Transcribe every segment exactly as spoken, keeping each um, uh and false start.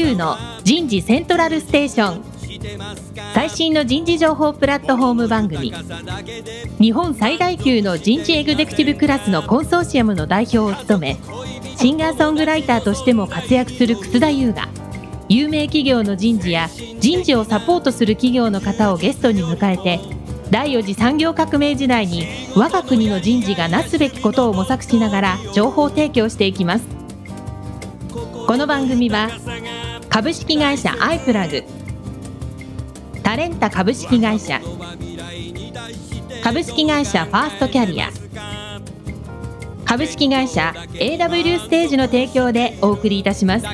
優の人事セントラルステーション、最新の人事情報プラットフォーム番組。日本最大級の人事エグゼクティブクラスのコンソーシアムの代表を務め、シンガーソングライターとしても活躍する楠田優が、有名企業の人事や人事をサポートする企業の方をゲストに迎えて、第四次産業革命時代に我が国の人事がなすべきことを模索しながら情報提供していきます。この番組は株式会社アイプラグ、タレンタ株式会社、株式会社ファーストキャリア、株式会社 エーダブリュー ステージの提供でお送りいたします。 日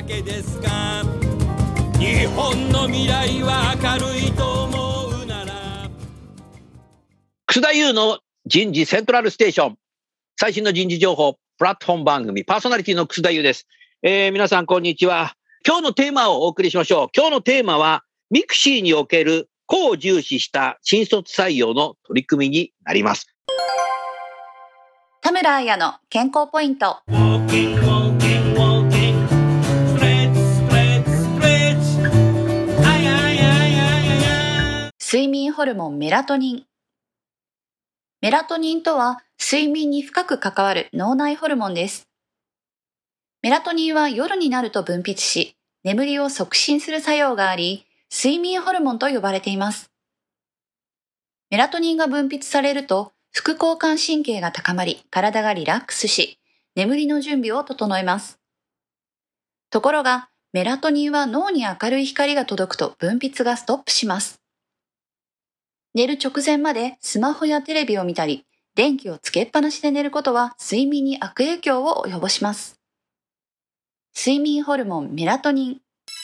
本の未来は明るいと思うなら。 楠田優の人事セントラルステーション、最新の人事情報プラットフォーム番組、パーソナリティの楠田優です。えー、皆さんこんにちは。今日のテーマをお送りしましょう。今日のテーマはミクシーにおける個を重視した新卒採用の取り組みになります。 田村彩の健康ポイント。睡眠ホルモンメラトニン。メラトニンとは睡眠に深く関わる脳内ホルモンです。メラトニンは夜になると分泌し、眠りを促進する作用があり、睡眠ホルモンと呼ばれています。メラトニンが分泌されると、副交感神経が高まり、体がリラックスし、眠りの準備を整えます。ところが、メラトニンは脳に明るい光が届くと分泌がストップします。寝る直前までスマホやテレビを見たり、電気をつけっぱなしで寝ることは睡眠に悪影響を及ぼします。睡眠ホルモンメラトニン。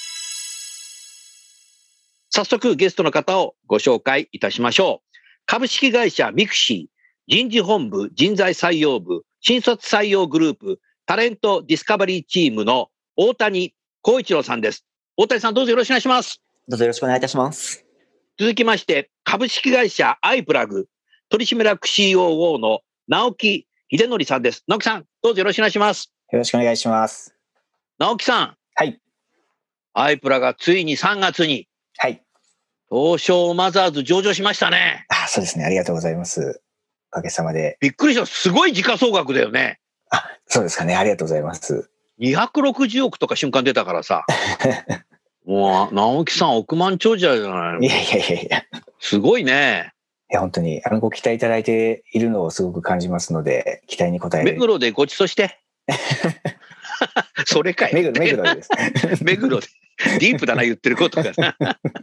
早速ゲストの方をご紹介いたしましょう。株式会社ミクシー人事本部人材採用部新卒採用グループタレントディスカバリーチームの大谷光一郎さんです。大谷さん、どうぞよろしくお願いします。 どうぞよろしくお願いいたします。 続きまして株式会社アイプラグ取締役 シーオーオー の直木秀則さんです。直木さん、どうぞよろしくお願いします。 よろしくお願いします。 直木さん、 はい。 アイプラがついにさんがつに、 はい。 東証マザーズ上場しましたね。 あ、そうですね。ありがとうございます。おかげさまで。 びっくりした。すごい時価総額だよね。 あ、そうですかね。ありがとうございます。 にひゃくろくじゅうおくとか瞬間出たからさ。もう、直木さん億万長者じゃないの。 いやいやいやいや。 すごいね。 いや、本当に、あの、ご期待いただいているのをすごく感じますので、期待に応える。 目黒でごちそうして。それかい。 目黒、目黒です。 目黒で。ディープだな、言ってることがな。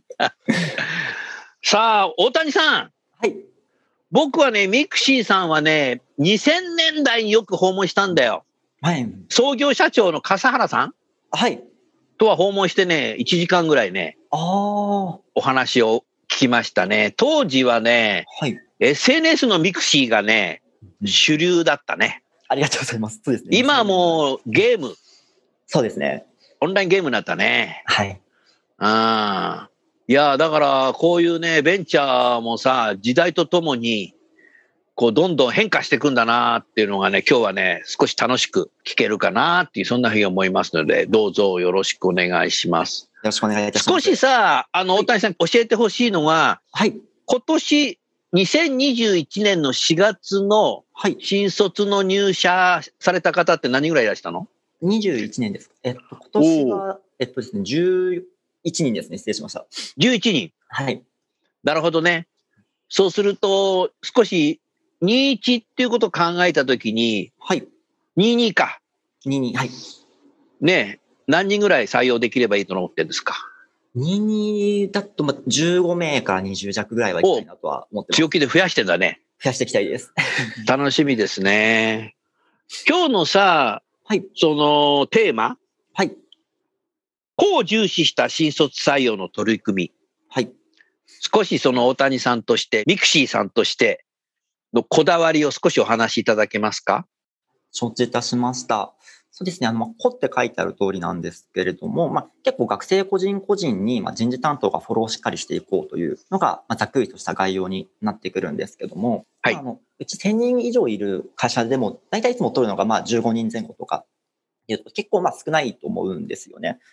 さあ、大谷さん。 はい。 僕はね、ミクシーさんはね、にせんねんだいによく訪問したんだよ。 はい。 創業社長の笠原さんはい。 とは訪問してね、いちじかんぐらいね、 ああ。 お話を聞きましたね。当時はね、 はい。 エスエヌエス のミクシーがね、主流だったね。 ありがとうございます。そうですね。 今はもうゲーム。 そうですね。 オンラインゲームになったね。 はい。 ああ。いや、だからこういうね、ベンチャーもさ、時代とともに、こう、どんどん変化していくんだなっていうのがね、今日はね、少し楽しく聞けるかなっていう、そんなふうに思いますので、どうぞよろしくお願いします。 よろしくお願いいたします。 少しさ、あの、大谷さん教えてほしいのが、 はい。 今年、にせんにじゅういちねんのしがつの新卒の入社された方って何人ぐらいいらしたの？ にじゅういちねんです。えっと、今年は、えっとですね、じゅういちにんですね。失礼しました。 じゅういちにん。 はい。 なるほどね。そうすると、少しにじゅういちっていうことを考えたときに、 はい。 にじゅうにか。 にじゅうに、はい。 ねえ、何人ぐらい採用できればいいと思ってるんですか？ にじゅうにだと、ま、じゅうごめいからにじゅうじゃくぐらいはいきたいなとは思ってます。 強気で増やしてんだね。 増やしていきたいです。 楽しみですね。今日のさ、 はい。 そのテーマ。 はい。 個を重視した新卒採用の取り組み。 はい。 少しその大谷さんとして、ミクシーさんとしてのこだわりを少しお話しいただけますか？ 承知いたしました。そうですね。あの、ま、個って書いてある通りなんですけれども、ま、結構学生個人個人に、ま、人事担当がフォローをしっかりしていこうというのが、ま、ざっくりとした概要になってくるんですけども、 はい。 まあ、あの、うちせんにん以上いる会社でも、だいたいいつも取るのが、まあ、じゅうごにんぜん後とかっていうと、結構まあ少ないと思うんですよね。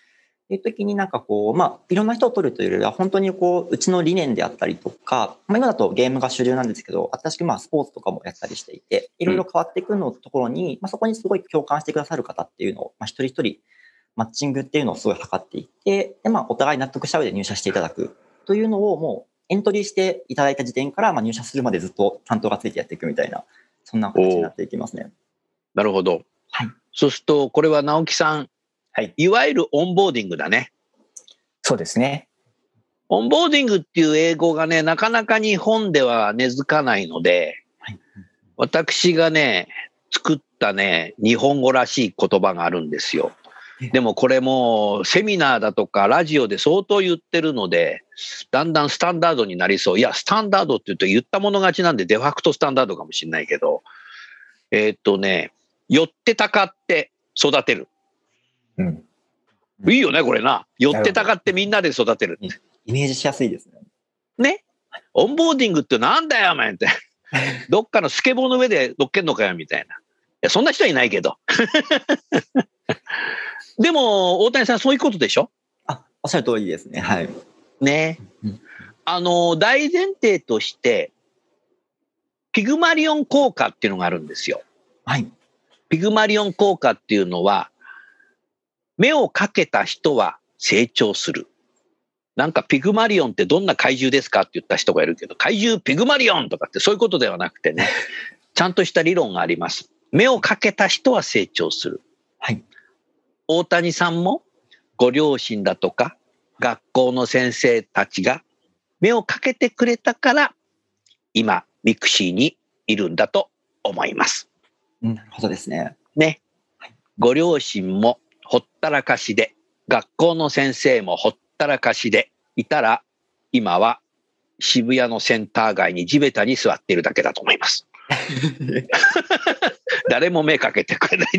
っていう時になんかこう、まあ、いろんな人を取るというよりは、本当にこう、うちの理念であったりとか、まあ、今だとゲームが主流なんですけど、新しくまあ、スポーツとかもやったりしていて、いろいろ変わっていくのところに、まあ、そこにすごい共感してくださる方っていうのを、まあ、一人一人、マッチングっていうのをすごい図っていって、で、まあ、お互い納得した上で入社していただくというのをもう、エントリーしていただいた時点から、まあ、入社するまでずっと担当がついてやっていくみたいな、そんな形になっていきますね。 なるほど。 はい。 そうすると、これは直樹さん、 はい。 いわゆるオンボーディングだね。 そうですね。 オンボーディングっていう英語がね、なかなか日本では根付かないので、 はい、 私がね、作ったね、日本語らしい言葉があるんですよ。でもこれもセミナーだとかラジオで相当言ってるので、だんだんスタンダードになりそう。いや、スタンダードって言うと言ったもの勝ちなんでデファクトスタンダードかもしれないけど、えー、っとね、寄ってたかって育てる。 うん。 いいよね、これな。寄ってたかってみんなで育てる。 イメージしやすいですね。 ね。オンボーディングってなんだよ、お前って。どっかのスケボーの上で乗っけんのかよ、みたいな。いや、そんな人はいないけど。でも、大谷さん、そういうことでしょ？ あ、おっしゃる通りですね。はい。 ね。あの、大前提として、ピグマリオン効果っていうのがあるんですよ。 はい。 ピグマリオン効果っていうのは、目をかけた人は成長する。なんかピグマリオンってどんな怪獣ですかって言った人がいるけど、怪獣ピグマリオンとかってそういうことではなくてね、ちゃんとした理論があります。目をかけた人は成長する。 はい。 大谷さんもご両親だとか学校の先生たちが目をかけてくれたから今ミクシーにいるんだと思います。 なるほどですね。 ね。ご両親もほったらかしで、学校の先生もほったらかしでいたら、今は渋谷のセンター街に地べたに座っているだけだと思います。誰も目かけてくれない。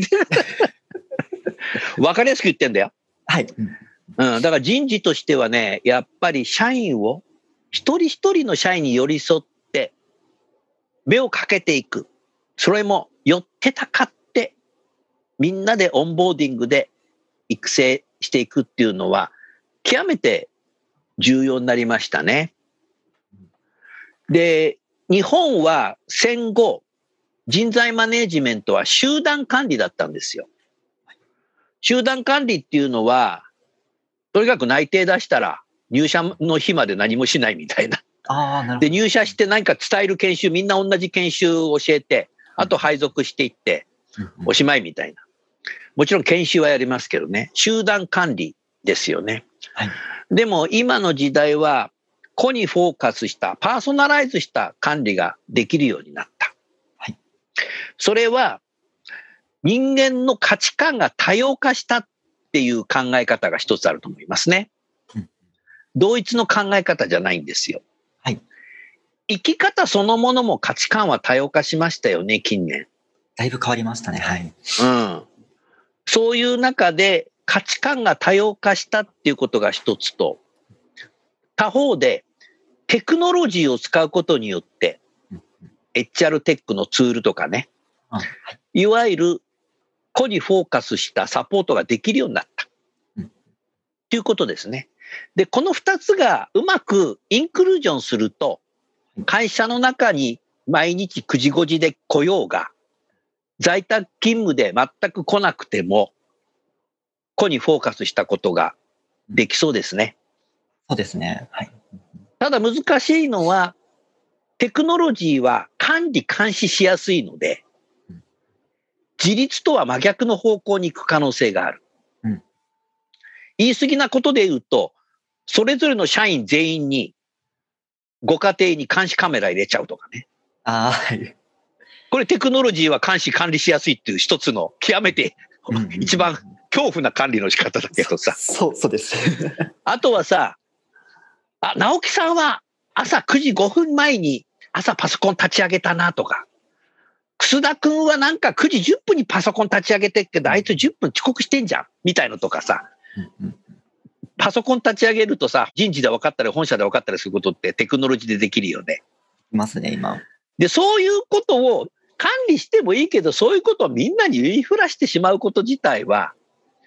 わかりやすく言ってんだよ。 はい。 うん、だから人事としてはね、やっぱり社員を、一人一人の社員に寄り添って、目をかけていく。それも寄ってたかって、みんなでオンボーディングで育成していくっていうのは、極めて重要になりましたね。で、日本は戦後、人材マネジメントは集団管理だったんですよ。集団管理っていうのは、とにかく内定出したら入社の日まで何もしないみたいな。 ああ、なるほど。 で、入社して何か伝える研修、みんな同じ研修を教えて、あと配属していって、おしまいみたいな。もちろん研修はやりますけどね、集団管理ですよね。 はい、 でも今の時代は、個にフォーカスした、パーソナライズした管理ができるようになった。 はい、 それは、人間の価値観が多様化したっていう考え方が一つあると思いますね。うん、同一の考え方じゃないんですよ。 はい、 生き方そのものも価値観は多様化しましたよね、近年。 だいぶ変わりましたね。はい。 うん。そういう中で価値観が多様化したっていうことが一つと、他方でテクノロジーを使うことによって、エイチアール テックのツールとかね、 はい、 いわゆる個にフォーカスしたサポートができるようになった。 うん、 ということですね。で、この二つがうまくインクルージョンすると、会社の中に毎日くじごじで来ようが、在宅勤務で全く来なくても、個にフォーカスしたことができそうですね。 そうですね。はい。 ただ難しいのは、テクノロジーは管理監視しやすいので、自立とは真逆の方向に行く可能性がある。 うん、 言い過ぎなことで言うと、それぞれの社員全員にご家庭に監視カメラ入れちゃうとかね。 ああ、はい。 これテクノロジーは監視管理しやすいっていう一つの極めて一番恐怖な管理の仕方だけどさ。 そう、そうです。 あとはさ、あ、直樹さんは朝くじごふんまえに朝パソコン立ち上げたなとか、楠田くんはなんかくじじゅっぷんにパソコン立ち上げてっけど、あいつじゅっぷん遅刻してんじゃんみたいのとかさ、パソコン立ち上げるとさ、人事で分かったり本社で分かったりすることってテクノロジーでできるよね。 いますね、今。 で、そういうことを管理してもいいけど、そういうことをみんなに言いふらしてしまうこと自体は、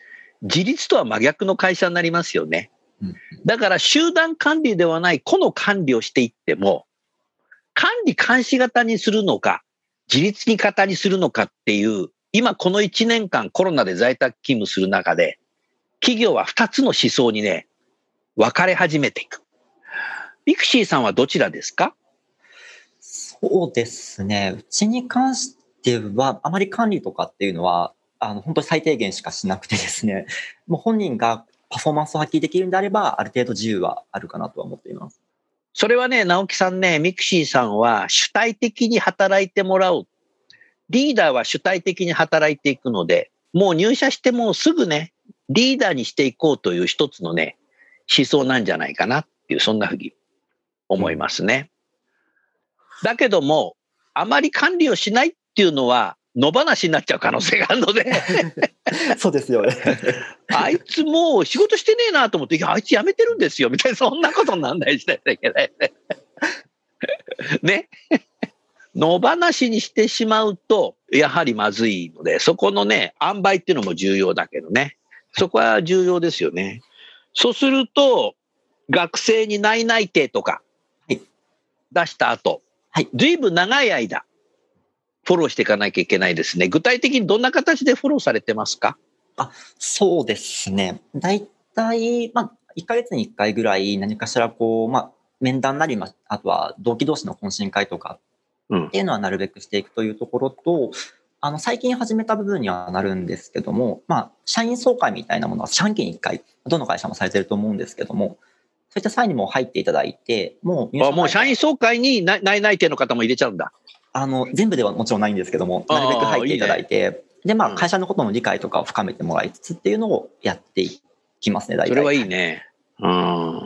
自立とは真逆の会社になりますよね。 うん、 だから集団管理ではない個の管理をしていっても、管理監視型にするのか、自立に型にするのかっていう、今このいちねんかんコロナで在宅勤務する中で、企業はふたつの思想にね、分かれ始めていく。ピクシーさんはどちらですか？ そうですね。うちに関しては、あまり管理とかっていうのは、あの、本当に最低限しかしなくてですね、もう本人がパフォーマンスを発揮できるんであれば、ある程度自由はあるかなとは思っています。 それはね、直樹さんね、ミクシーさんは主体的に働いてもらう。リーダーは主体的に働いていくので、もう入社してもうすぐね、リーダーにしていこうという一つのね、思想なんじゃないかなっていう、そんなふうに思いますね。だけども、あまり管理をしないっていうのは、野放しになっちゃう可能性があるのでそうですよね。 あいつもう仕事してねえなと思って、いや、あいつ辞めてるんですよ、みたいな、そんなことにならないしないといけないね。ね。野放しにしてしまうと、やはりまずいので、そこのね、塩梅っていうのも重要だけどね。そこは重要ですよね。そうすると、学生に内々定とか出した後、 はい、 ずいぶん長い間、フォローしていかなきゃいけないですね。具体的にどんな形でフォローされてますか？ あ、そうですね。だいたい、まあ、いっかげつにいっかいぐらい何かしらこう、まあ、面談なり、まあとは同期同士の懇親会とかっていうのはなるべくしていくというところと、うん、あの、最近始めた部分にはなるんですけども、まあ、社員総会みたいなものは四半期にいっかい、どの会社もされてると思うんですけども、そういった際にも入っていただいて、もう、 あ、もう社員総会に内々定の方も入れちゃうんだ。 あの、全部ではもちろんないんですけども、なるべく入っていただいて、いいね、で、まあ、会社のことの理解とかを深めてもらいつつっていうのをやっていきますね、大体。 それはいいね。うん、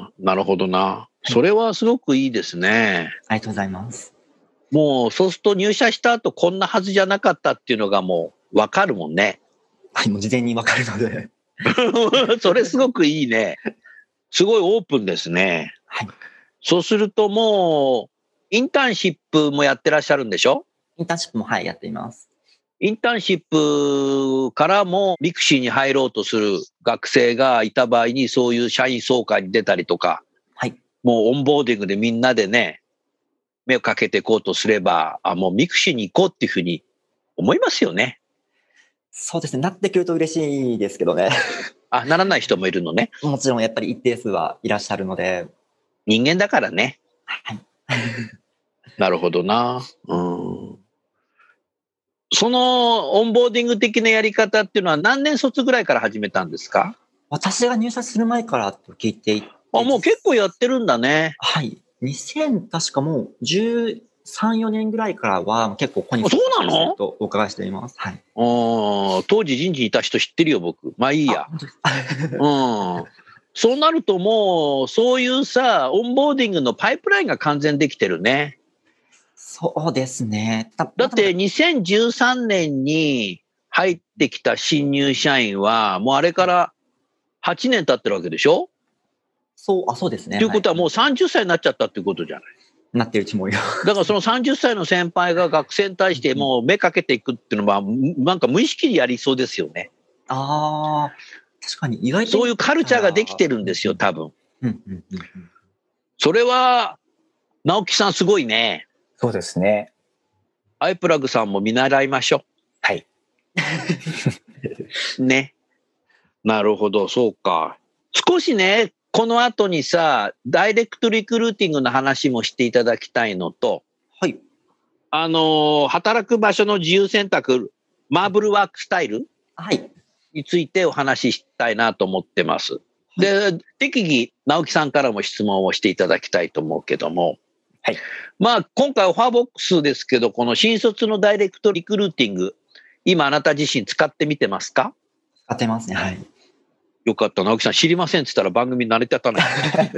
なるほどな。それはすごくいいですね。 ありがとうございます。 もう、そうすると入社した後こんなはずじゃなかったっていうのがもうわかるもんね。 はい、もう事前にわかるので。 それすごくいいね。すごいオープンですね。 はい。 そうするともう、インターンシップもやってらっしゃるんでしょ？ インターンシップも、はい、やっています。 インターンシップからもミクシーに入ろうとする学生がいた場合に、そういう社員総会に出たりとか、 はい。 もうオンボーディングでみんなでね、目をかけていこうとすれば、あ、もうミクシーに行こうっていうふうに思いますよね。 そうですね。なってくると嬉しいですけどね。 あ、ならない人もいるのね。 もちろんやっぱり一定数はいらっしゃるので。 人間だからね。 はい。 なるほどな。うん。そのオンボーディング的なやり方っていうのは何年卒ぐらいから始めたんですか？ 私が入社する前からと聞いていて。 あ、もう結構やってるんだね。 はい。にせん、確かもうじゅうさん、よねんぐらいからは結構コニそうなのとお伺いしています。はい。 当時人事にいた人知ってるよ、僕。まあいいや。うん。そうなるともう、そういうさ、オンボーディングのパイプラインが完全できてるね。 そうですね。 だってにせんじゅうさんねんに入ってきた新入社員は、もうあれからはちねん経ってるわけでしょ？ そう、あ、そうですね。 ということはもうさんじゅっさいになっちゃったっていうことじゃない。 なってるつもりが。 だからそのさんじゅっさいの先輩が学生に対してもう目かけていくっていうのは、なんか無意識にやりそうですよね。 ああ、確かに意外と。 そういうカルチャーができてるんですよ、多分。 うんうんうんうん、 それは、直樹さんすごいね。 そうですね。 アイプラグさんも見習いましょう。 はい。 ね。なるほど、そうか。少しね、この後にさ、ダイレクトリクルーティングの話もしていただきたいのと、 はい。 あのー、働く場所の自由選択、マーブルワークスタイルはいについてお話ししたいなと思ってます。はい、で、適宜、直樹さんからも質問をしていただきたいと思うけども、 はい。 まあ、今回オファーボックスですけど、この新卒のダイレクトリクルーティング、今あなた自身使ってみてますか？ 使ってますね。はい。 よかった。直樹さん知りませんって言ったら番組慣れてたね。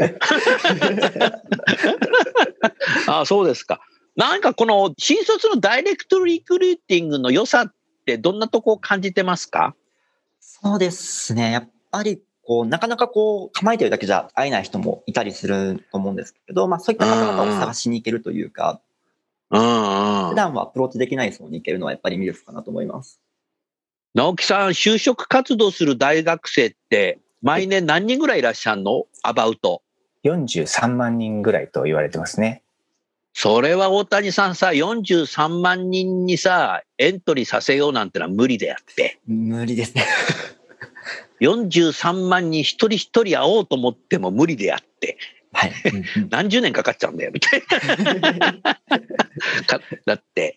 ああ、そうですか。なんかこの新卒のダイレクトリクルーティングの良さってどんなとこを感じてますか？ そうですね。やっぱりこう、なかなかこう、構えてるだけじゃ会えない人もいたりすると思うんですけど、まあそういった方々を探しに行けるというか、 うんうん、 普段はアプローチできない層に行けるのはやっぱり魅力かなと思います。 直樹さん、就職活動する大学生って毎年何人ぐらいいらっしゃるの？アバウト。 よんじゅうさんまんにんぐらいと言われてますね。 それは大谷さんさ、よんじゅうさんまんにんにさ、エントリーさせようなんてのは無理であって。 無理ですね。よんじゅうさんまんにん一人一人会おうと思っても無理であって。 はい。 何十年かかっちゃうんだよ、みたいな。だって。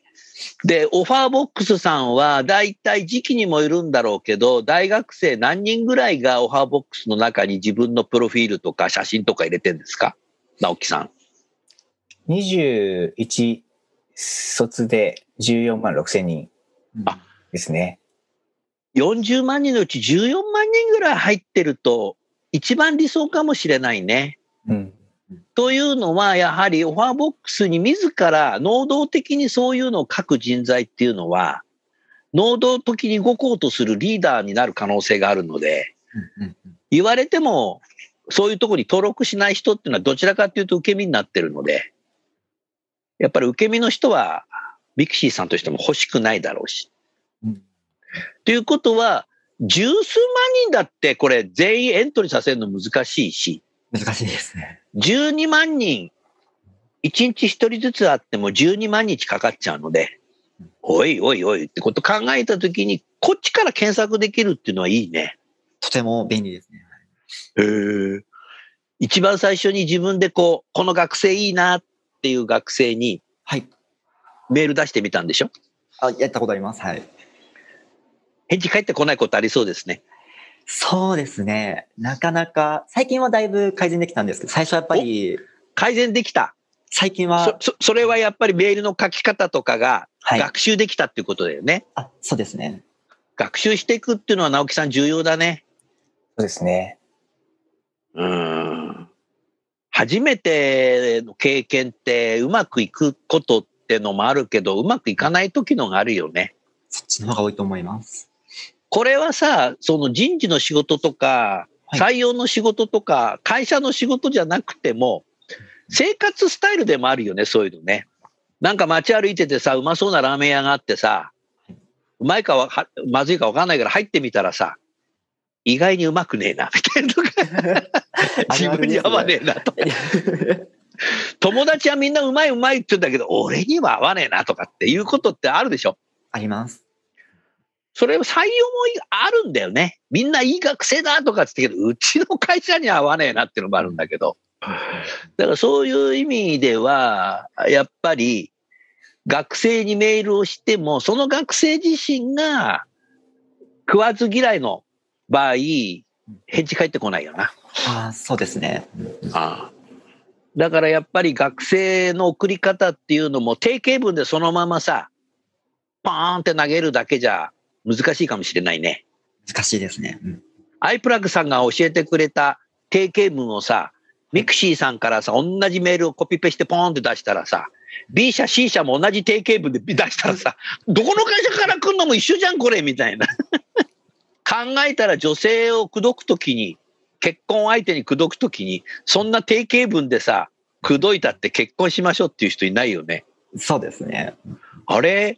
で、オファーボックスさんは、だいたい時期にもいるんだろうけど、大学生何人ぐらいがオファーボックスの中に自分のプロフィールとか写真とか入れてるんですか？直樹さん。 にじゅういち卒でじゅうよんまんろくせんにんですね。 よんじゅうまんにんのうちじゅうよんまんにんぐらい入ってると、一番理想かもしれないね。 うん。 というのは、やはりオファーボックスに自ら能動的にそういうのを書く人材っていうのは、能動的に動こうとするリーダーになる可能性があるので、言われても、そういうところに登録しない人っていうのはどちらかというと受け身になってるので、やっぱり受け身の人はミクシーさんとしても欲しくないだろうし。と、うん、いうことは、十数万人だってこれ全員エントリーさせるの難しいし、 難しいですね。 じゅうにまんにん、いちにちひとりずつあってもじゅうにまんにちかかっちゃうので、おいおいおいってこと考えたときに、こっちから検索できるっていうのはいいね。 とても便利ですね。 へー。一番最初に自分でこう、この学生いいなっていう学生に、 はい。 メール出してみたんでしょ？ あ、やったことあります。はい。 返事返ってこないことありそうですね。 そうですね。なかなか、最近はだいぶ改善できたんですけど、最初はやっぱり。 改善できた。 最近はそ。それはやっぱりメールの書き方とかが学習できたっていうことだよね。 はい、あ、そうですね。 学習していくっていうのは直樹さん重要だね。 そうですね。 うーん。初めての経験ってうまくいくことってのもあるけど、うまくいかない時のがあるよね。 そっちの方が多いと思います。 これはさ、その人事の仕事とか、採用の仕事とか、会社の仕事じゃなくても、生活スタイルでもあるよね、そういうのね。なんか街歩いててさ、うまそうなラーメン屋があってさ、うまいかはまずいか分かんないから入ってみたらさ、意外にうまくねえな、みたいなとか、自分に合わねえなとか。友達はみんなうまいうまいって言うんだけど、俺には合わねえなとかっていうことってあるでしょ？ あります。 それを採用もあるんだよね。みんないい学生だとかって言ってけど、うちの会社には合わねえなっていうのもあるんだけど。だからそういう意味では、やっぱり学生にメールをしても、その学生自身が食わず嫌いの場合、返事返ってこないよな。 ああ、そうですね。 ああ。だからやっぱり学生の送り方っていうのも定型文でそのままさ、パーンって投げるだけじゃ難しいかもしれないね。 難しいですね。うん、 アイプラグさんが教えてくれた定型文をさ、ミクシーさんからさ、同じメールをコピペしてポーンって出したらさ、B 社 C 社も同じ定型文で出したらさ、どこの会社から来るのも一緒じゃんこれみたいな。考えたら女性を口説くときに、結婚相手に口説くときに、そんな定型文でさ、口説いたって結婚しましょうっていう人いないよね。 そうですね。 あれ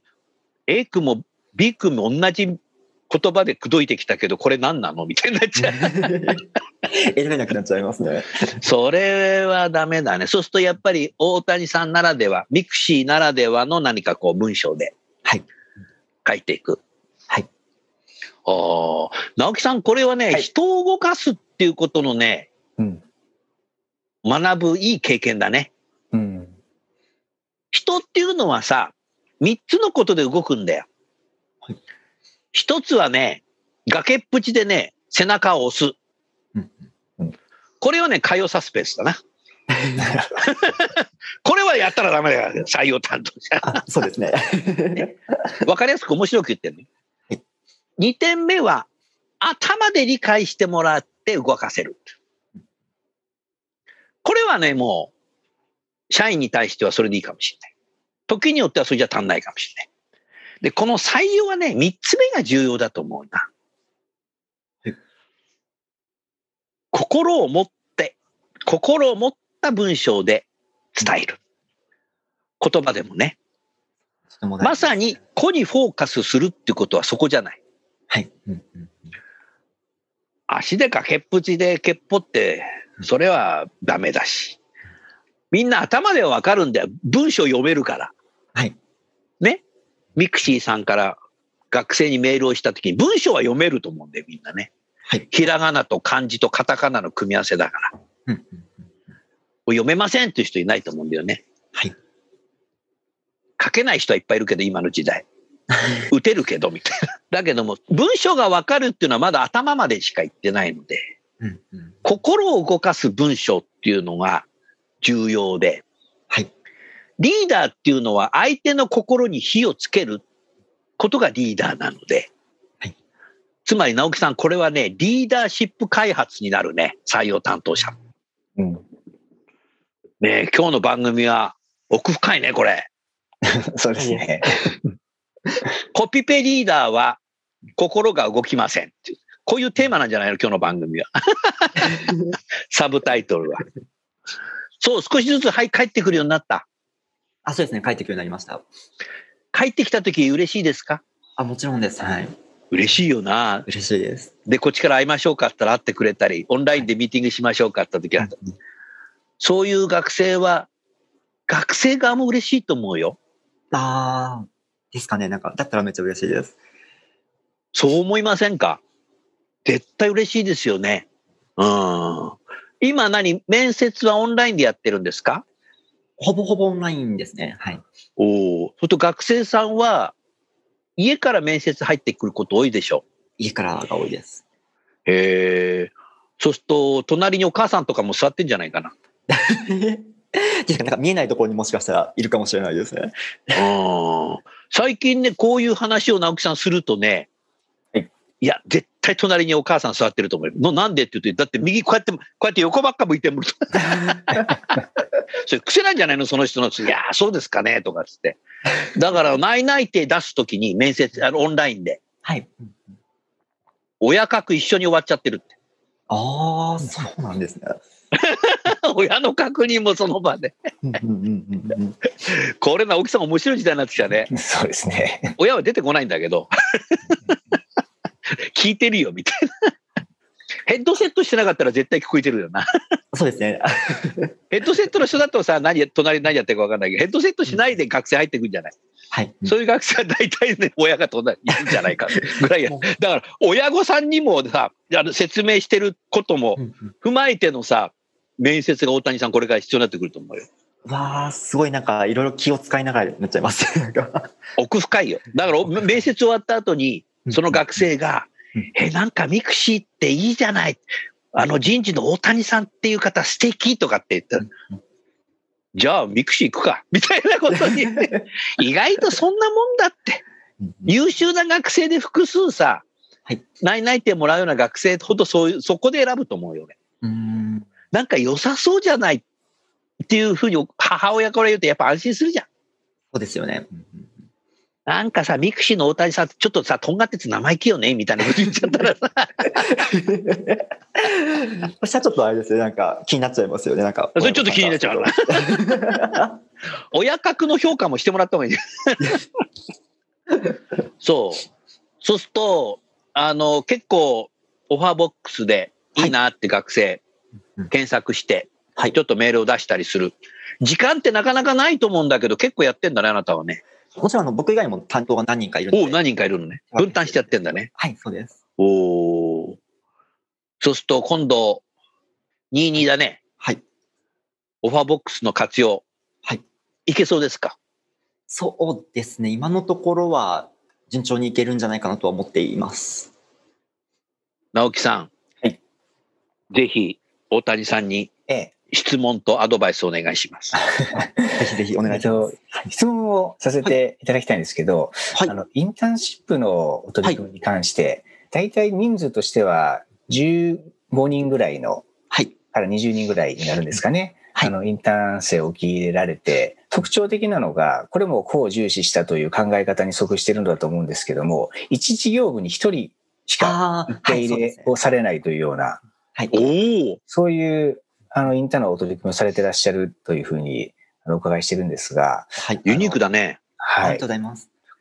A 君も B 君も同じ言葉で口説いてきたけど、これ何なのみたいになっちゃう。 選べなくなっちゃいますね。 それはダメだね。そうするとやっぱり大谷さんならでは、ミクシーならではの何かこう文章で書いていく。 はい。 ああ、直樹さん、これはね、はい、人を動かすっていうことのね、 うん、 学ぶいい経験だね。 うん、 人っていうのはさ、三つのことで動くんだよ。 はい、 一つはね、崖っぷちでね、背中を押す。 うんうん、 これはね、火曜サスペンスだな。これはやったらダメだよ、採用担当者。 そうですね。 ね。わかりやすく面白く言ってるね。はい、にてんめは、頭で理解してもらって動かせる。これはね、もう、社員に対してはそれでいいかもしれない。時によってはそれじゃ足んないかもしれない。で、この採用はね、三つ目が重要だと思うな。はい、心を持って、心を持った文章で伝える。言葉でもね。まさに個にフォーカスするっていうことはそこじゃない。 はい。うんうんうん、 足で崖っぷちでけっぽって、それはダメだし。みんな頭ではわかるんだよ。文章読めるから。 はい。 ね。ミクシーさんから学生にメールをしたときに文章は読めると思うんだよ、みんなね。 はい。 ひらがなと漢字とカタカナの組み合わせだから。 うんうんうん、 読めませんっていう人いないと思うんだよね。 はい。 書けない人はいっぱいいるけど、今の時代。打てるけど、みたいな。だけども、文章がわかるっていうのはまだ頭までしか言ってないので、 うんうん、 心を動かす文章っていうのが重要で、 はい。 リーダーっていうのは相手の心に火をつけることがリーダーなので、はい、つまり直樹さん、これはね、リーダーシップ開発になるね、採用担当者。うん、ね、今日の番組は奥深いね、これ。 そうですね。 コピペリーダーは心が動きません。こういうテーマなんじゃないの、今日の番組は。サブタイトルは。そう、少しずつ、はい、帰ってくるようになった。 あ、そうですね、帰ってくるようになりました。 帰ってきたとき嬉しいですか？ あ、もちろんです。はい。 嬉しいよな。 嬉しいです。 で、こっちから会いましょうかって言ったら会ってくれたり、オンラインでミーティングしましょうかって言ったときは、はい、そういう学生は、学生側も嬉しいと思うよ。 ああ、ですかね。なんか、だったらめっちゃ嬉しいです。 そう思いませんか？絶対嬉しいですよね。うん。今何、面接はオンラインでやってるんですか？ ほぼほぼオンラインですね。はい。 おお。それと学生さんは、家から面接入ってくること多いでしょ？ 家からが多いです。 へえ。そうすると、隣にお母さんとかも座ってんじゃないかな。 なんか見えないところにもしかしたらいるかもしれないですね。 うん。最近ね、こういう話を直樹さんするとね、はい、いや、絶対隣にお母さん座ってると思うよ。のなんでって言うと、だって右こうやって、こうやって横ばっか向いてると。それ癖なんじゃないのその人の。いや、そうですかねとかつって。だから、内内定出すときに面接、あの、オンラインで。 はい。 親格一緒に終わっちゃってるって。 ああ、そうなんですね。 親の確認もその場で。これ直樹さん面白い時代になってきたね。 そうですね。 親は出てこないんだけど。聞いてるよ、みたいな。ヘッドセットしてなかったら絶対聞こえてるよな。 そうですね。 ヘッドセットの人だとさ、何、隣何やってるか分かんないけど、ヘッドセットしないで学生入ってくるんじゃない？はい。そういう学生は大体ね、親が隣にいるんじゃないかぐらいや。だから、親御さんにもさ、あの説明してることも踏まえてのさ、面接が大谷さんこれから必要になってくると思うよ。 わあ、すごいなんかいろいろ気を使いながらなっちゃいます。 奥深いよ。だから面接終わった後に、その学生が、え、なんかミクシーっていいじゃない。あの人事の大谷さんっていう方素敵とかって言ったら、じゃあミクシー行くかみたいなことに、意外とそんなもんだって。優秀な学生で複数さ、はい、内内定もらうような学生ほどそういう、そこで選ぶと思うよね。うーん、なんか良さそうじゃないっていうふうに母親から言うとやっぱ安心するじゃん。 そうですよね。 なんかさ、ミクシーの大谷さんってちょっとさ、とんがってて生意気よねみたいなこと言っちゃったらさ。 そしたらちょっとあれですね、なんか気になっちゃいますよね。なんか。 それちょっと気になっちゃうから。親格の評価もしてもらった方がいい。そう。そうすると、あの、結構オファーボックスでいいなって学生、はい、検索して、はい、ちょっとメールを出したりする。時間ってなかなかないと思うんだけど、結構やってんだね、あなたはね。 もちろんあの僕以外にも担当が何人かいるので。 おお、何人かいるのね。分担してやってんだね。 はい、そうです。 おお。そうすると今度、にじゅうにだね。 はい。 オファーボックスの活用。はい。いけそうですか？ そうですね。今のところは順調にいけるんじゃないかなとは思っています。 直樹さん。 はい。 ぜひ、大谷さんに。ええ。質問とアドバイスをお願いします。 ぜひぜひお願いします。 質問をさせていただきたいんですけど、はい、あのインターンシップのお取り組みに関して、はい、大体人数としてはじゅうごにんぐらいの、はい、からにじゅうにんぐらいになるんですかね。はい、あのインターン生を受け入れられて、特徴的なのが、これも個を重視したという考え方に即しているのだと思うんですけども、一事業部に一人しか受け入れをされないというような、 はい、おそういうあの、インターンのお取り組みをされていらっしゃるというふうに、あの、お伺いしてるんですが。 はい。 ユニークだね。 はい。 ありがとうございます。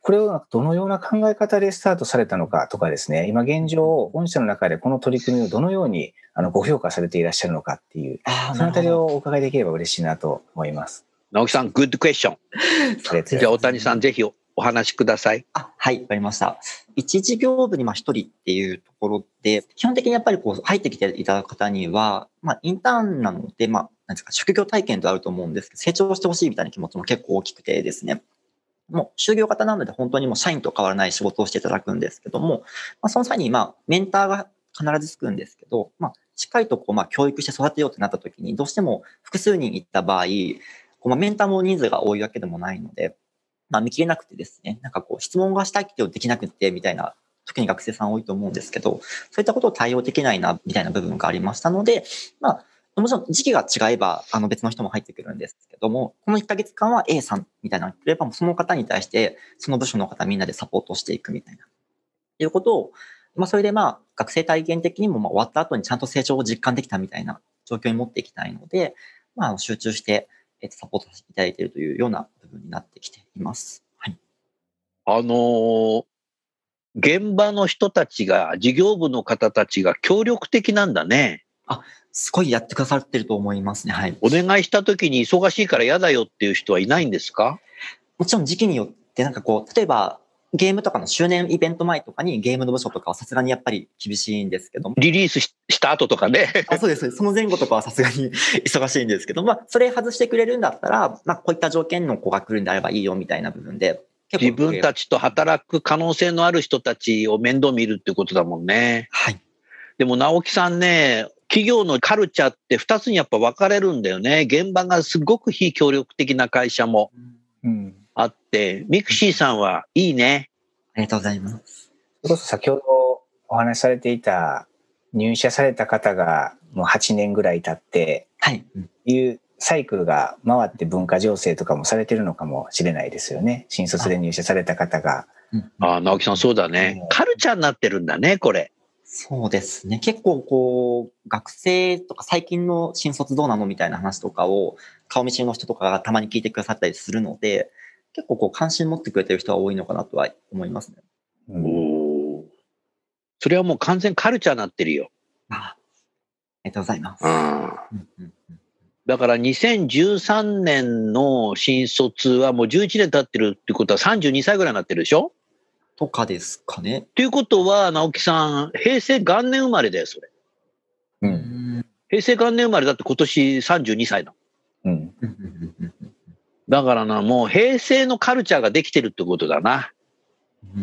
これをどのような考え方でスタートされたのかとかですね、今現状、御社の中でこの取り組みをどのようにあのご評価されていらっしゃるのかっていう、そのあたりをお伺いできれば嬉しいなと思います。 直木さん、グッドクエスチョン。じゃあ、大谷さん、ぜひお話しください。 あ、はい、わかりました。一事業部にまあ一人っていうところで、基本的にやっぱりこう入ってきていただく方には、まあインターンなので、まあ、なんですか、職業体験とあると思うんですけど、成長してほしいみたいな気持ちも結構大きくてですね。もう就業型なので本当にもう社員と変わらない仕事をしていただくんですけども、まあ、その際にまあメンターが必ずつくんですけど、まあ、しっかりとこうまあ教育して育てようってなった時にどうしても複数人いった場合、こうまあメンターも人数が多いわけでもないので、まあ、見切れなくてですね、なんかこう質問がしたいけどできなくてみたいな、特に学生さん多いと思うんですけど、そういったことを対応できないなみたいな部分がありましたので、まあもちろん時期が違えば、あの別の人も入ってくるんですけども、このいっかげつかんは A さんみたいなのが来れば、その方に対して、その部署の方みんなでサポートしていくみたいな。いうことを、まあそれでまあ学生体験的にもまあ終わった後にちゃんと成長を実感できたみたいな状況に持っていきたいので、まあ集中して、えっと、サポートさせていただいているというような部分になってきています。はい。 あのー、現場の人たちが、事業部の方たちが協力的なんだね。 あ、すごいやってくださってると思いますね。はい。 お願いしたときに忙しいから嫌だよっていう人はいないんですか？ もちろん時期によってなんかこう、例えばゲームとかの周年イベント前とかにゲームの部署とかはさすがにやっぱり厳しいんですけども。 リリースした後とかね。 あ、そうです。その前後とかはさすがに忙しいんですけど、まあ、それ外してくれるんだったら、まあ、こういった条件の子が来るんであればいいよみたいな部分で。 自分たちと働く可能性のある人たちを面倒見るってことだもんね。 はい。 でも直木さんね、企業のカルチャーって二つにやっぱ分かれるんだよね。現場がすごく非協力的な会社もあって、うん、ミクシーさんはいいね。 ありがとうございます。 それこそ先ほどお話しされていた入社された方がもうはちねんぐらい経って、 はい。 いうサイクルが回って文化醸成とかもされてるのかもしれないですよね。新卒で入社された方が。 ああ、直木さんそうだね。うん、カルチャーになってるんだね、これ。 そうですね。結構こう、学生とか最近の新卒どうなのみたいな話とかを顔見知りの人とかがたまに聞いてくださったりするので、結構こう関心持ってくれてる人は多いのかなとは思いますね。 うん、おそれはもう完全カルチャーになってるよ。 ああ、ありがとうございます。 だからにせんじゅうさんねんの新卒はもうじゅういちねん経ってるってことはさんじゅうにさいぐらいになってるでしょとかですかね。 ということは、直木さん、平成元年生まれだよ、それ。 うん。 平成元年生まれだって今年さんじゅうにさいだ。 うん。 だからな、もう平成のカルチャーができてるってことだな。 うん。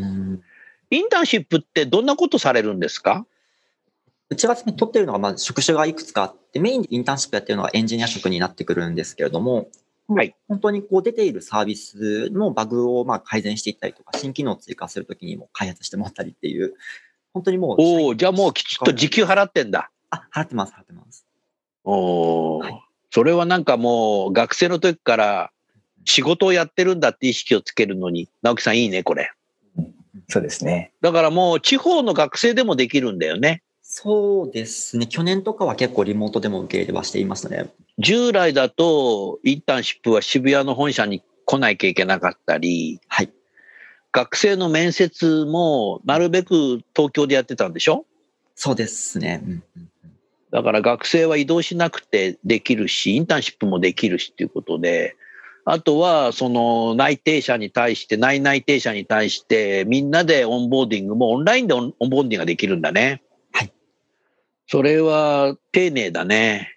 インターンシップってどんなことされるんですか？ うちが取ってるのが、まあ、職種がいくつかあって、メインでインターンシップやってるのがエンジニア職になってくるんですけれども、はい、本当にこう出ているサービスのバグをまあ改善していったりとか、新機能を追加するときにも開発してもらったりっていう、本当にもう。 おお、じゃあもうきちっと時給払ってんだ。 あ、払ってます、払ってます。 おお、はい、それはなんかもう学生の時から仕事をやってるんだって意識をつけるのに、直木さんいいね、これ。 そうですね。 だからもう地方の学生でもできるんだよね。 そうですね。去年とかは結構リモートでも受け入れはしていましたね。 従来だとインターンシップは渋谷の本社に来なきゃいけなかったり、 はい、 学生の面接もなるべく東京でやってたんでしょ？ そうですね。うんうんうん、 だから学生は移動しなくてできるし、インターンシップもできるしっていうことで、あとはその内定者に対して、内内定者に対してみんなでオンボーディングもオンラインでオンボーディングができるんだね。それは丁寧だね。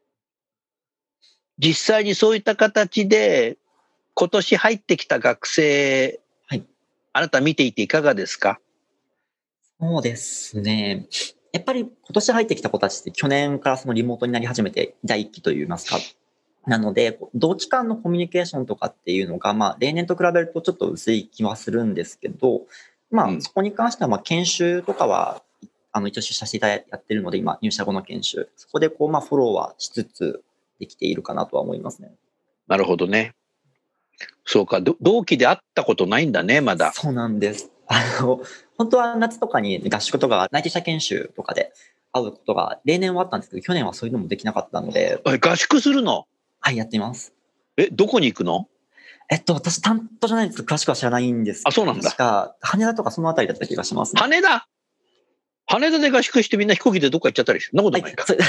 実際にそういった形で今年入ってきた学生、 はい、 あなた見ていていかがですか？ そうですね。やっぱり今年入ってきた子たちって去年からそのリモートになり始めて第一期といいますか。なので、同期間のコミュニケーションとかっていうのが、まあ例年と比べるとちょっと薄い気はするんですけど、まあそこに関してはまあ研修とかは、あの、一応出社していただいやってるので、今、入社後の研修。そこで、こう、まあ、フォローはしつつ、できているかなとは思いますね。 なるほどね。そうか、同期で会ったことないんだね、まだ。 そうなんです。あの、本当は夏とかに合宿とか、内定者研修とかで会うことが、例年はあったんですけど、去年はそういうのもできなかったので。 合宿するの？ はい、やっています。 え、どこに行くの？ えっと、私担当じゃないんです。詳しくは知らないんですけど。 あ、そうなんだ。 確か、羽田とかそのあたりだった気がしますね。 羽田羽田で合宿してみんな飛行機でどっか行っちゃったりして、そんなことないか。 はい、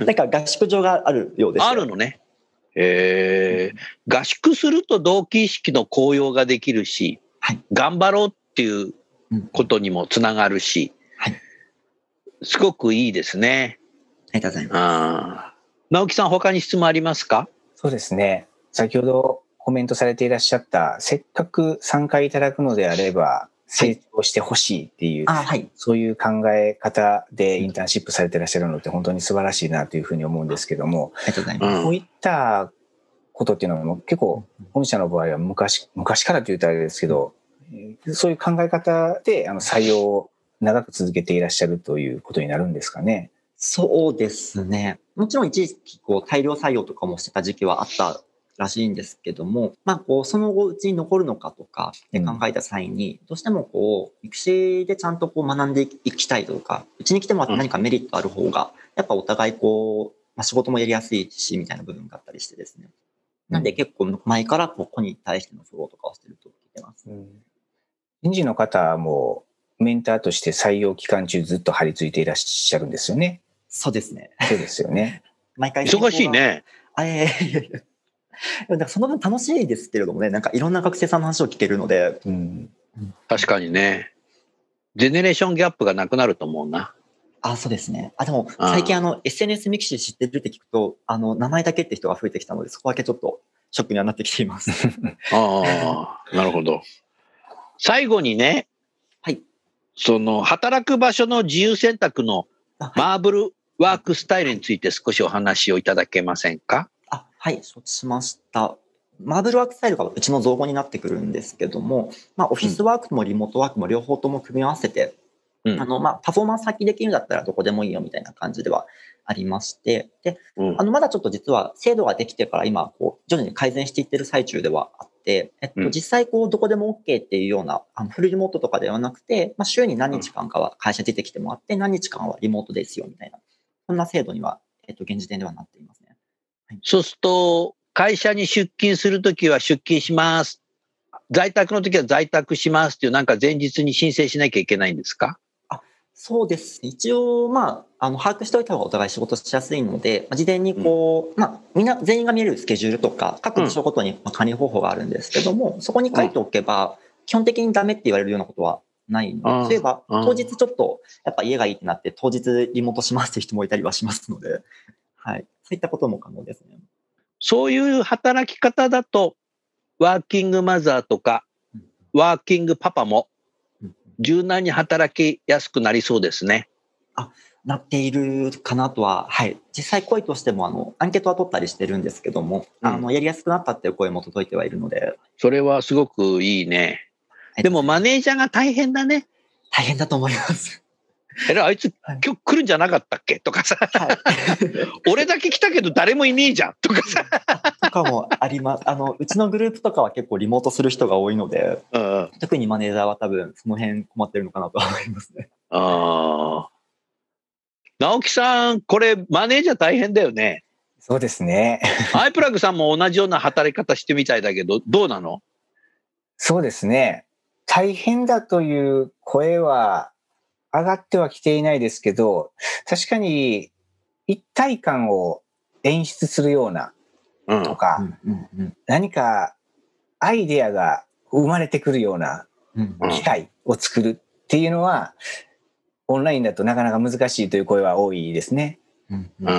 なんか合宿場があるようです。 あるのね。えー、合宿すると同期意識の高揚ができるし、はい、頑張ろうっていうことにもつながるし、はい、すごくいいですね。 ありがとうございます。 直樹さん、他に質問ありますか？ そうですね。先ほどコメントされていらっしゃった、せっかく参加いただくのであれば、成長してほしいっていう、はいはい、そういう考え方でインターンシップされていらっしゃるのって本当に素晴らしいなというふうに思うんですけども、 ありがとうございます。 こういったことっていうのは結構御社の場合は昔、昔からと言うとあれですけど、そういう考え方であの採用を長く続けていらっしゃるということになるんですかね。 そうですね。もちろん一時期こう大量採用とかもしてた時期はあったらしいんですけども、まあこうその後うちに残るのかとかで考えた際に、どうしてもこう育成でちゃんとこう学んでいきたいとか、うちに来ても何かメリットある方が、やっぱお互いこう、まあ、仕事もやりやすいしみたいな部分があったりしてですね。なんで結構前からここに対してのフォローとかをしてると聞いてます。うん、 人事の方もメンターとして採用期間中ずっと張り付いていらっしゃるんですよね。 そうですね。 そうですよね。 毎回忙しいね。 あえーなんかその分楽しいですけれどもね、なんかいろんな学生さんの話を聞けるので、うん、 確かにね。ジェネレーションギャップがなくなると思うな。 あ、そうですね。あ、でも最近あの エスエヌエス ミクシー知ってるって聞くと、あの名前だけって人が増えてきたので、そこだけちょっとショックにはなってきています。 ああ、なるほど。最後にね、 はい、 その働く場所の自由選択のマーブルワークスタイルについて少しお話をいただけませんか？ あ、はい、承知しました。マーブルワークスタイルがうちの造語になってくるんですけども、まあ、オフィスワークもリモートワークも両方とも組み合わせて、うん、あの、まあ、パフォーマンス発揮できるんだったらどこでもいいよみたいな感じではありまして、で、うん、あの、まだちょっと実は制度ができてから今、こう、徐々に改善していってる最中ではあって、えっと、実際こう、どこでも OK っていうような、あの、フルリモートとかではなくて、まあ、週に何日間かは会社出てきてもらって、何日間はリモートですよみたいな、そんな制度には、えっと、現時点ではなっていますね。 はい、そうすると、会社に出勤するときは出勤します。在宅のときは在宅しますっていう、なんか前日に申請しなきゃいけないんですか？ あ、そうです。一応、まあ、あの、把握しておいた方がお互い仕事しやすいので、事前にこう、うん、まあ、みんな全員が見えるスケジュールとか、各部署ごとに管理方法があるんですけども、うん、そこに書いておけば、基本的にダメって言われるようなことはないので、うん、そういえば、当日ちょっと、やっぱ家がいいってなって、当日リモートしますって人もいたりはしますので、はい。そういったことも可能ですね。 そういう働き方だと、ワーキングマザーとか、ワーキングパパも柔軟に働きやすくなりそうですね。 あ、なっているかなとは、はい。実際声としても、あの、アンケートは取ったりしてるんですけども、うん、あの、やりやすくなったっていう声も届いてはいるので。 それはすごくいいね。でもマネージャーが大変だね。 大変だと思います。 えら、あいつ今日来るんじゃなかったっけとかさ、はい、俺だけ来たけど誰もいねえじゃんとかさとかもあります。あのうちのグループとかは結構リモートする人が多いので、うん、特にマネージャーは多分その辺困ってるのかなと思いますね。 ああ、直樹さん、これマネージャー大変だよね。 そうですね。 アイプラグさんも同じような働き方してみたいだけど、どうなの？ そうですね。大変だという声は上がってはきていないですけど、確かに一体感を演出するようなとか、何かアイデアが生まれてくるような機会を作るっていうのは、オンラインだとなかなか難しいという声は多いですね。 うんうん、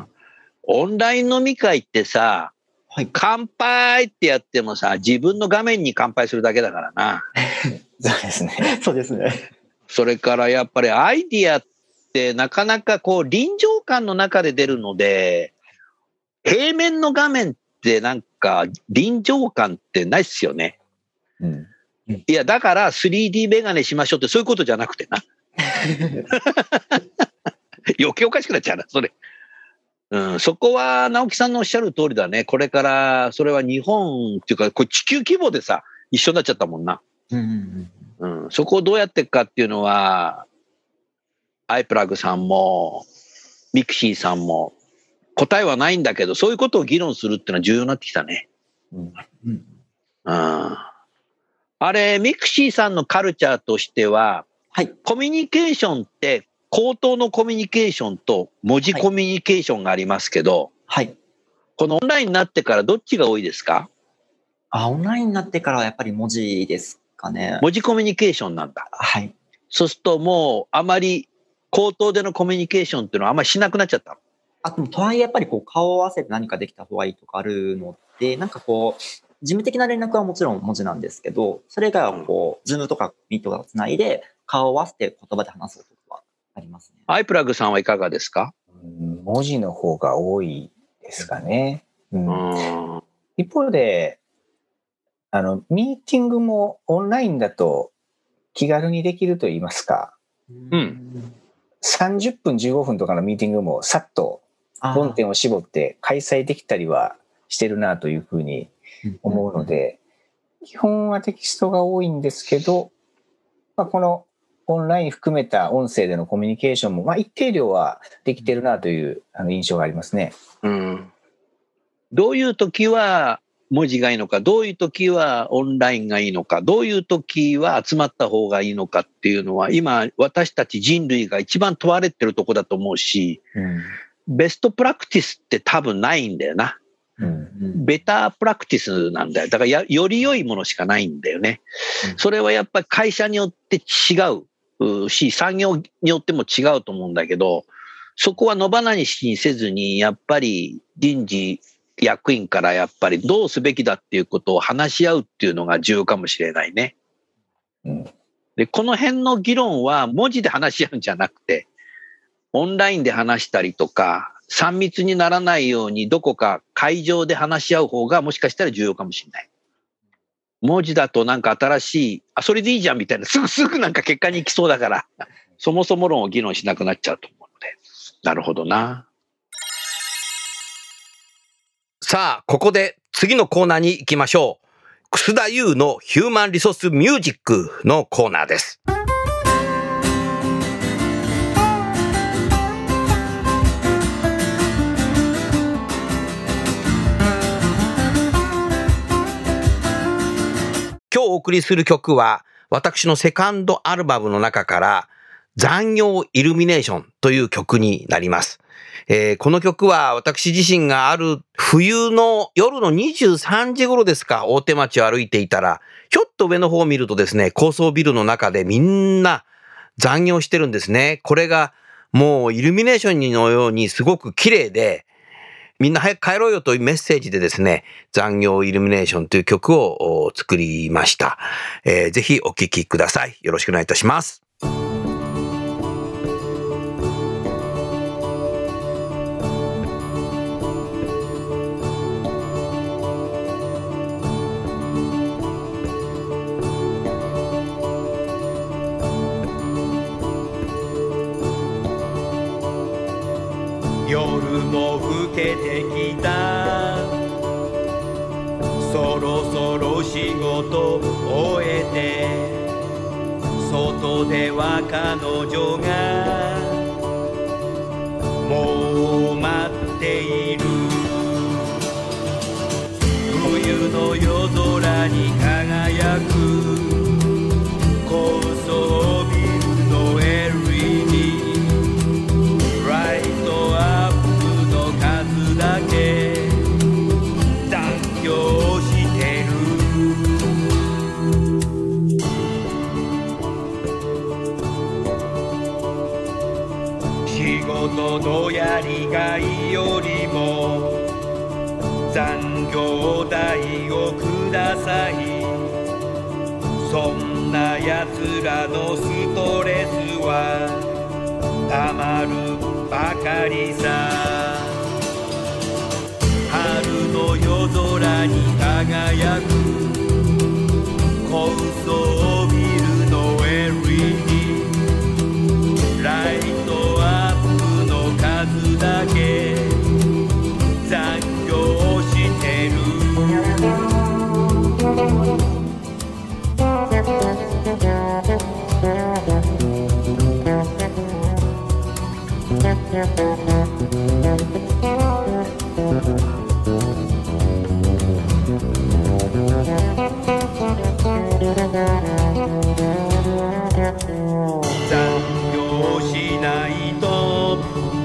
オンライン飲み会ってさ、はい、乾杯ってやってもさ、自分の画面に乾杯するだけだからな。 そうですね。 そうですね。 それからやっぱりアイディアってなかなかこう臨場感の中で出るので、平面の画面ってなんか臨場感ってないっすよね。うん、いやだから スリーディー メガネしましょうってそういうことじゃなくてな。余計おかしくなっちゃうなそれ。うん、そこは直樹さんのおっしゃる通りだね。これからそれは日本っていうかこれ地球規模でさ一緒になっちゃったもんな。うんうんうんうん、そこをどうやっていくかっていうのはアイプラグさんもミクシーさんも答えはないんだけど、そういうことを議論するっていうのは重要になってきたね。 うん、 うん、 ああれ、ミクシーさんのカルチャーとしては、 はい、 コミュニケーションって口頭のコミュニケーションと文字コミュニケーションがありますけど、 はい、 このオンラインになってからどっちが多いですか？ あ、オンラインになってからはやっぱり文字ですかね。 文字コミュニケーションなんだ。 はい。 そうするともうあまり口頭でのコミュニケーションっていうのはあんまりしなくなっちゃった。 あと、とはいえやっぱりこう顔を合わせて何かできた方がいいとかあるので、なんかこう、事務的な連絡はもちろん文字なんですけど、それ以外はこう、ズームとかミートとかつないで顔を合わせて言葉で話すことはありますね。 アイプラグさんはいかがですか？ 文字の方が多いですかね。うん、一方で、あの、ミーティングもオンラインだと気軽にできると言いますか。 うん。 さんじゅっぷんじゅうごふんとかのミーティングもさっと論点を絞って開催できたりはしてるなというふうに思うので、基本はテキストが多いんですけど、まあ、このオンライン含めた音声でのコミュニケーションも、まあ、一定量はできてるなというあの印象がありますね。 うん。どういう時は文字がいいのか、どういう時はオンラインがいいのか、どういう時は集まった方がいいのかっていうのは、今私たち人類が一番問われてるとこだと思うし、うん、ベストプラクティスって多分ないんだよな。うん、ベタープラクティスなんだよ。だからやより良いものしかないんだよね。うん、それはやっぱり会社によって違うし、産業によっても違うと思うんだけど、そこは野放しにせずに、やっぱり人事役員からやっぱりどうすべきだっていうことを話し合うっていうのが重要かもしれないね。うん、で、この辺の議論は文字で話し合うんじゃなくて、オンラインで話したりとか、さん密にならないようにどこか会場で話し合う方がもしかしたら重要かもしれない。文字だとなんか新しい、あ、それでいいじゃんみたいな、すぐすぐなんか結果に行きそうだから、そもそも論を議論しなくなっちゃうと思うので。なるほどな。さあ、ここで次のコーナーに行きましょう。楠田優のヒューマンリソースミュージックのコーナーです。今日お送りする曲は、私のセカンドアルバムの中から残業イルミネーションという曲になります。えー、この曲は私自身がある冬の夜のにじゅうさんじ頃ですか、大手町を歩いていたら、ひょっと上の方を見るとですね、高層ビルの中でみんな残業してるんですね。これがもうイルミネーションのようにすごく綺麗で、みんな早く帰ろうよというメッセージでですね、残業イルミネーションという曲を作りました。えー、ぜひお聴きください。よろしくお願いいたします。 夜も更けてきた、そろそろ仕事終えて、外では彼女がもう待っている。冬の夜空に輝く高層ビルの エルイーディー、 ライトアップの数だけ残業してる。仕事のやりがいよりも残業代をください。そんなやつらのストレスはたまるばかりさ。春の夜空に輝く高層ビルの エルイーディー、 ライトアップの数だけ残業してる。 残業しないと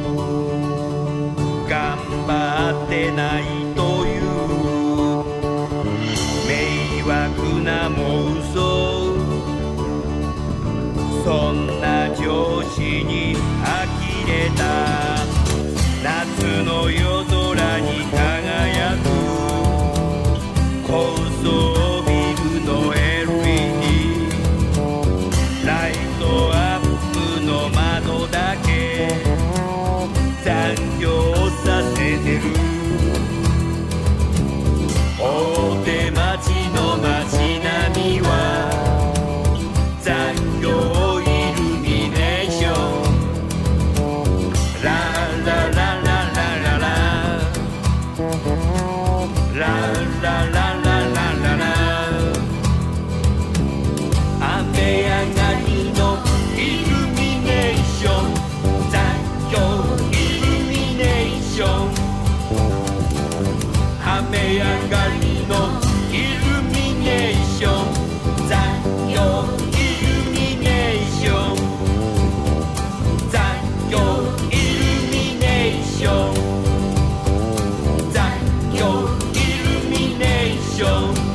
頑張ってないという迷惑な妄想、そんな上司に呆れた夏の夜空に輝く高層ビルの エルイーディー ライトアップの窓だけ残業させてる。大手町の街並みは残業イルミネーション、ラララララララララララララ、雨上がりのイルミネーション、残業イルミネーション、雨上がりのイルミネーション、残業イルミネーション、残業イルミネーション、残業イルミネーション。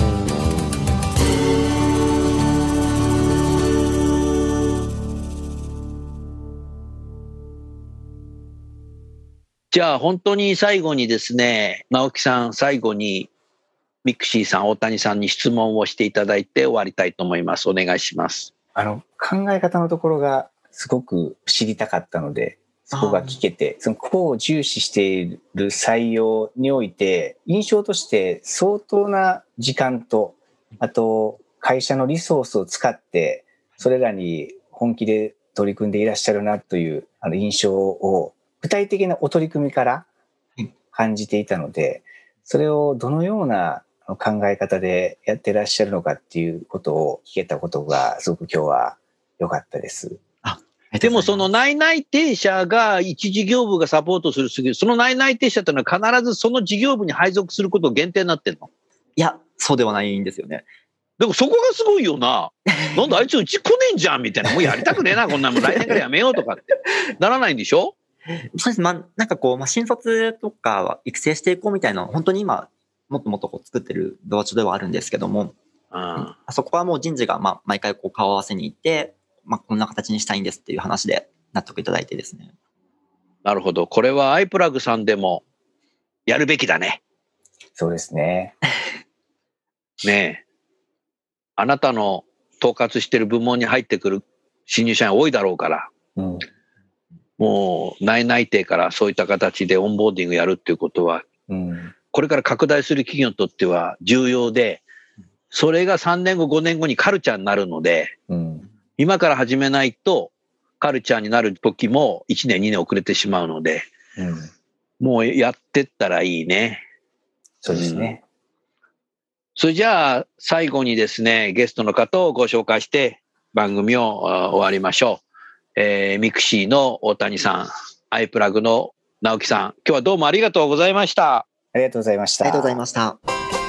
じゃあ本当に最後にですね、直樹さん、最後にミクシーさん、大谷さんに質問をしていただいて終わりたいと思います。お願いします。 あの考え方のところがすごく知りたかったので、そこが聞けて、そのここを重視している採用において印象として相当な時間と、あと会社のリソースを使ってそれらに本気で取り組んでいらっしゃるなというあの印象を具体的なお取り組みから感じていたので、それをどのような考え方でやってらっしゃるのかっていうことを聞けたことがすごく今日は良かったです。 でもその内々定者が一事業部がサポートするすぎる、その内々定者というのは必ずその事業部に配属することを限定になってんの？ いや、そうではないんですよね。 でもそこがすごいよな。なんだあいつうち来ねえんじゃんみたいな、もうやりたくねえな、こんなもん来年からやめようとかってならないんでしょ？ そうです。まあ、なんかこう、まあ、新卒とか育成していこうみたいな、本当に今、もっともっとこう作ってる場所ではあるんですけども、うん、あそこはもう人事がまあ毎回こう顔合わせに行って、まあ、こんな形にしたいんですっていう話で納得いただいてですね。 なるほど。これはアイプラグさんでもやるべきだね。 そうですね。 ねえ。あなたの統括してる部門に入ってくる新入社員多いだろうから、うん、もう内々定からそういった形でオンボーディングやるっていうことは、うん、これから拡大する企業にとっては重要で、それがさんねんごごねんごにカルチャーになるので、うん、今から始めないとカルチャーになる時もいちねんにねん遅れてしまうので、うん、もうやってったらいいね。 そうですね。 うん、それじゃあ最後にですね、ゲストの方をご紹介して番組を終わりましょう。えー、ミクシーの大谷さん、アイプラグの直樹さん、今日はどうもありがとうございました。 ありがとうございました。 ありがとうございました。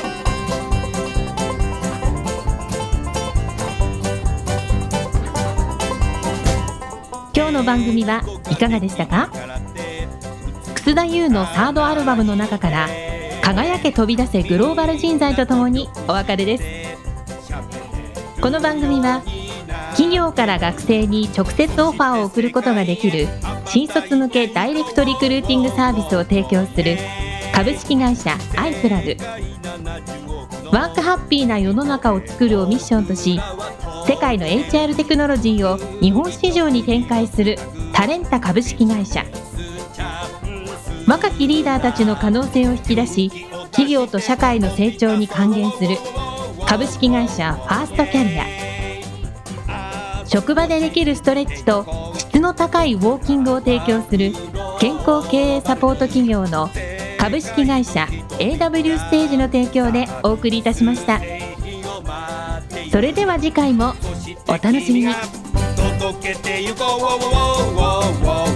今日の番組はいかがでしたか？楠田優のサードアルバムの中から輝け飛び出せグローバル人材とともにお別れです。この番組は企業から学生に直接オファーを送ることができる新卒向けダイレクトリクルーティングサービスを提供する株式会社アイプラグ、ワークハッピーな世の中を作るをミッションとし、世界の エイチアール テクノロジーを日本市場に展開するタレンタ株式会社、若きリーダーたちの可能性を引き出し、企業と社会の成長に還元する株式会社ファーストキャリア、職場でできるストレッチと質の高いウォーキングを提供する健康経営サポート企業の株式会社 エーダブリュー ステージの提供でお送りいたしました。それでは次回もお楽しみに。届けてゆこう